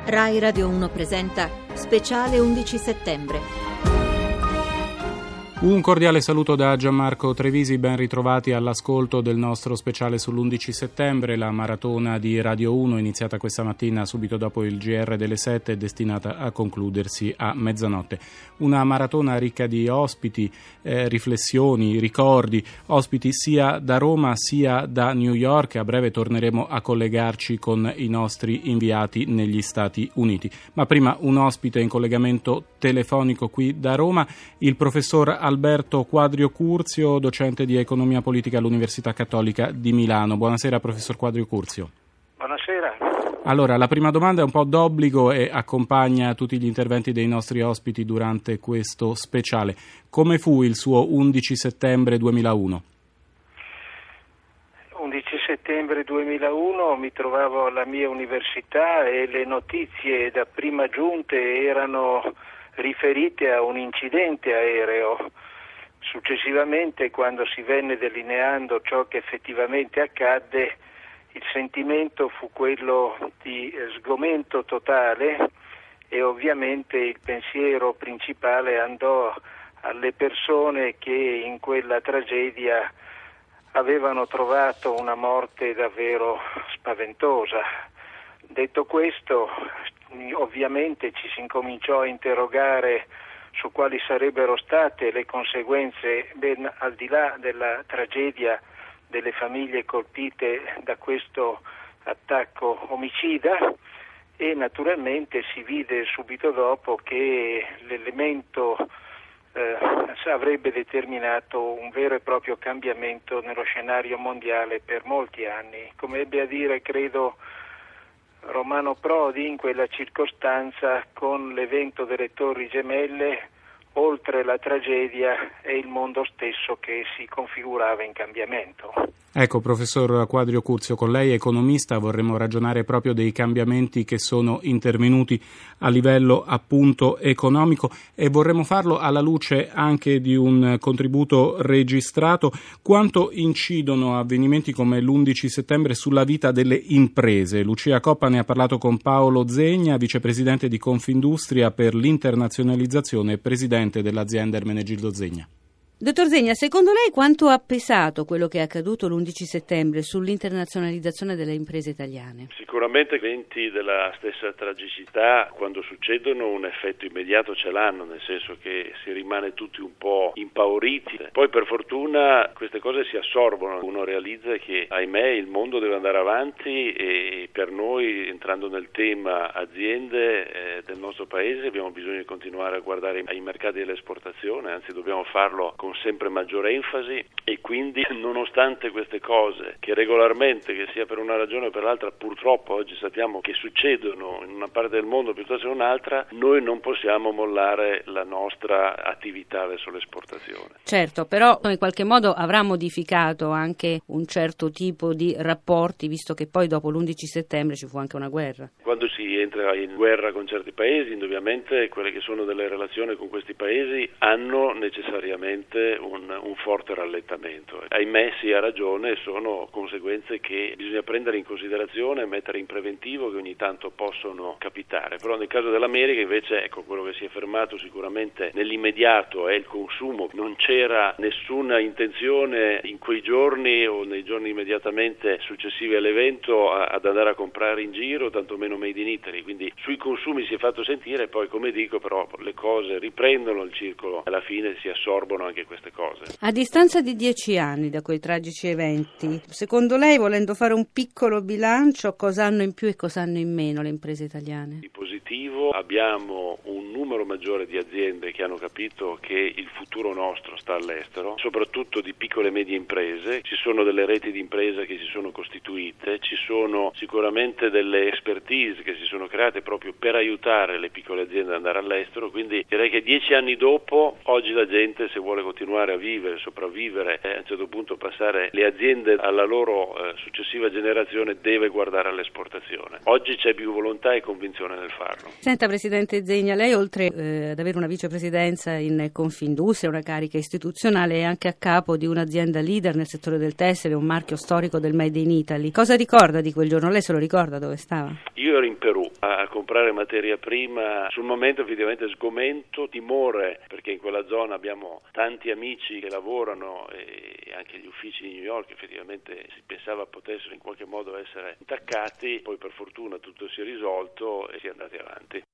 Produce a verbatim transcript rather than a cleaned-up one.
Rai Radio uno presenta Speciale undici settembre. Un cordiale saluto da Gianmarco Trevisi, ben ritrovati all'ascolto del nostro speciale sull'undici settembre. La maratona di Radio uno, iniziata questa mattina subito dopo il G R delle sette, è destinata a concludersi a mezzanotte. Una maratona ricca di ospiti, eh, riflessioni, ricordi, ospiti sia da Roma sia da New York. A breve torneremo a collegarci con i nostri inviati negli Stati Uniti. Ma prima un ospite in collegamento telefonico qui da Roma, il professor Alberto Quadrio Curzio, docente di economia politica all'Università Cattolica di Milano. Buonasera, professor Quadrio Curzio. Buonasera. Allora, la prima domanda è un po' d'obbligo e accompagna tutti gli interventi dei nostri ospiti durante questo speciale. Come fu il suo undici settembre duemilauno? undici settembre duemilauno mi trovavo alla mia università e le notizie da prima giunte erano riferite a un incidente aereo. Successivamente, quando si venne delineando ciò che effettivamente accadde, il sentimento fu quello di sgomento totale e ovviamente il pensiero principale andò alle persone che in quella tragedia avevano trovato una morte davvero spaventosa. Detto questo, ovviamente ci si incominciò a interrogare su quali sarebbero state le conseguenze, ben al di là della tragedia delle famiglie colpite da questo attacco omicida, e naturalmente si vide subito dopo che l'elemento eh, avrebbe determinato un vero e proprio cambiamento nello scenario mondiale per molti anni. Come ebbe a dire, credo, Romano Prodi in quella circostanza, con l'evento delle Torri Gemelle, oltre la tragedia è il mondo stesso che si configurava in cambiamento. Ecco, professor Quadrio Curzio, con lei economista vorremmo ragionare proprio dei cambiamenti che sono intervenuti a livello appunto economico e vorremmo farlo alla luce anche di un contributo registrato. Quanto incidono avvenimenti come l'undici settembre sulla vita delle imprese? Lucia Coppa ne ha parlato con Paolo Zegna, vicepresidente di Confindustria per l'internazionalizzazione e presidente dell'azienda Ermenegildo Zegna. Dottor Zegna, secondo lei quanto ha pesato quello che è accaduto l'undici settembre sull'internazionalizzazione delle imprese italiane? Sicuramente eventi della stessa tragicità, quando succedono, un effetto immediato ce l'hanno, nel senso che si rimane tutti un po' impauriti. Poi per fortuna queste cose si assorbono, uno realizza che ahimè il mondo deve andare avanti e per noi, entrando nel tema aziende eh, del nostro paese, abbiamo bisogno di continuare a guardare ai mercati dell'esportazione, anzi dobbiamo farlo con sempre maggiore enfasi, e quindi nonostante queste cose che regolarmente, che sia per una ragione o per l'altra, purtroppo oggi sappiamo che succedono in una parte del mondo piuttosto che in un'altra, noi non possiamo mollare la nostra attività verso l'esportazione. Certo, però in qualche modo avrà modificato anche un certo tipo di rapporti, visto che poi dopo l'undici settembre ci fu anche una guerra. Quando si entra in guerra con certi paesi, indubbiamente quelle che sono delle relazioni con questi paesi hanno necessariamente Un, un forte rallentamento. Ahimè, sì, ha ragione, sono conseguenze che bisogna prendere in considerazione e mettere in preventivo, che ogni tanto possono capitare. Però nel caso dell'America invece, ecco, quello che si è fermato sicuramente nell'immediato è il consumo. Non c'era nessuna intenzione in quei giorni o nei giorni immediatamente successivi all'evento a, ad andare a comprare in giro, tantomeno made in Italy. Quindi sui consumi si è fatto sentire, poi come dico però le cose riprendono il circolo, alla fine si assorbono anche queste cose. A distanza di dieci anni da quei tragici eventi, secondo lei, volendo fare un piccolo bilancio, cosa hanno in più e cosa hanno in meno le imprese italiane? Di positivo abbiamo un numero maggiore di aziende che hanno capito che il futuro nostro sta all'estero, soprattutto di piccole e medie imprese. Ci sono delle reti di impresa che si sono costituite, ci sono sicuramente delle expertise che si sono create proprio per aiutare le piccole aziende ad andare all'estero, quindi direi che dieci anni dopo, oggi la gente, se vuole continuare a vivere, sopravvivere e a un certo punto passare le aziende alla loro eh, successiva generazione, deve guardare all'esportazione. Oggi c'è più volontà e convinzione nel farlo. Senta, Presidente Zegna, lei oltre eh, ad avere una vicepresidenza in Confindustria, una carica istituzionale, è anche a capo di un'azienda leader nel settore del tessile, un marchio storico del Made in Italy. Cosa ricorda di quel giorno? Lei se lo ricorda dove stava? Io ero in Perù a comprare materia prima, sul momento effettivamente sgomento, timore, perché in quella zona abbiamo tanti amici che lavorano e anche gli uffici di New York effettivamente si pensava potessero in qualche modo essere intaccati, poi per fortuna tutto si è risolto e si è andati avanti.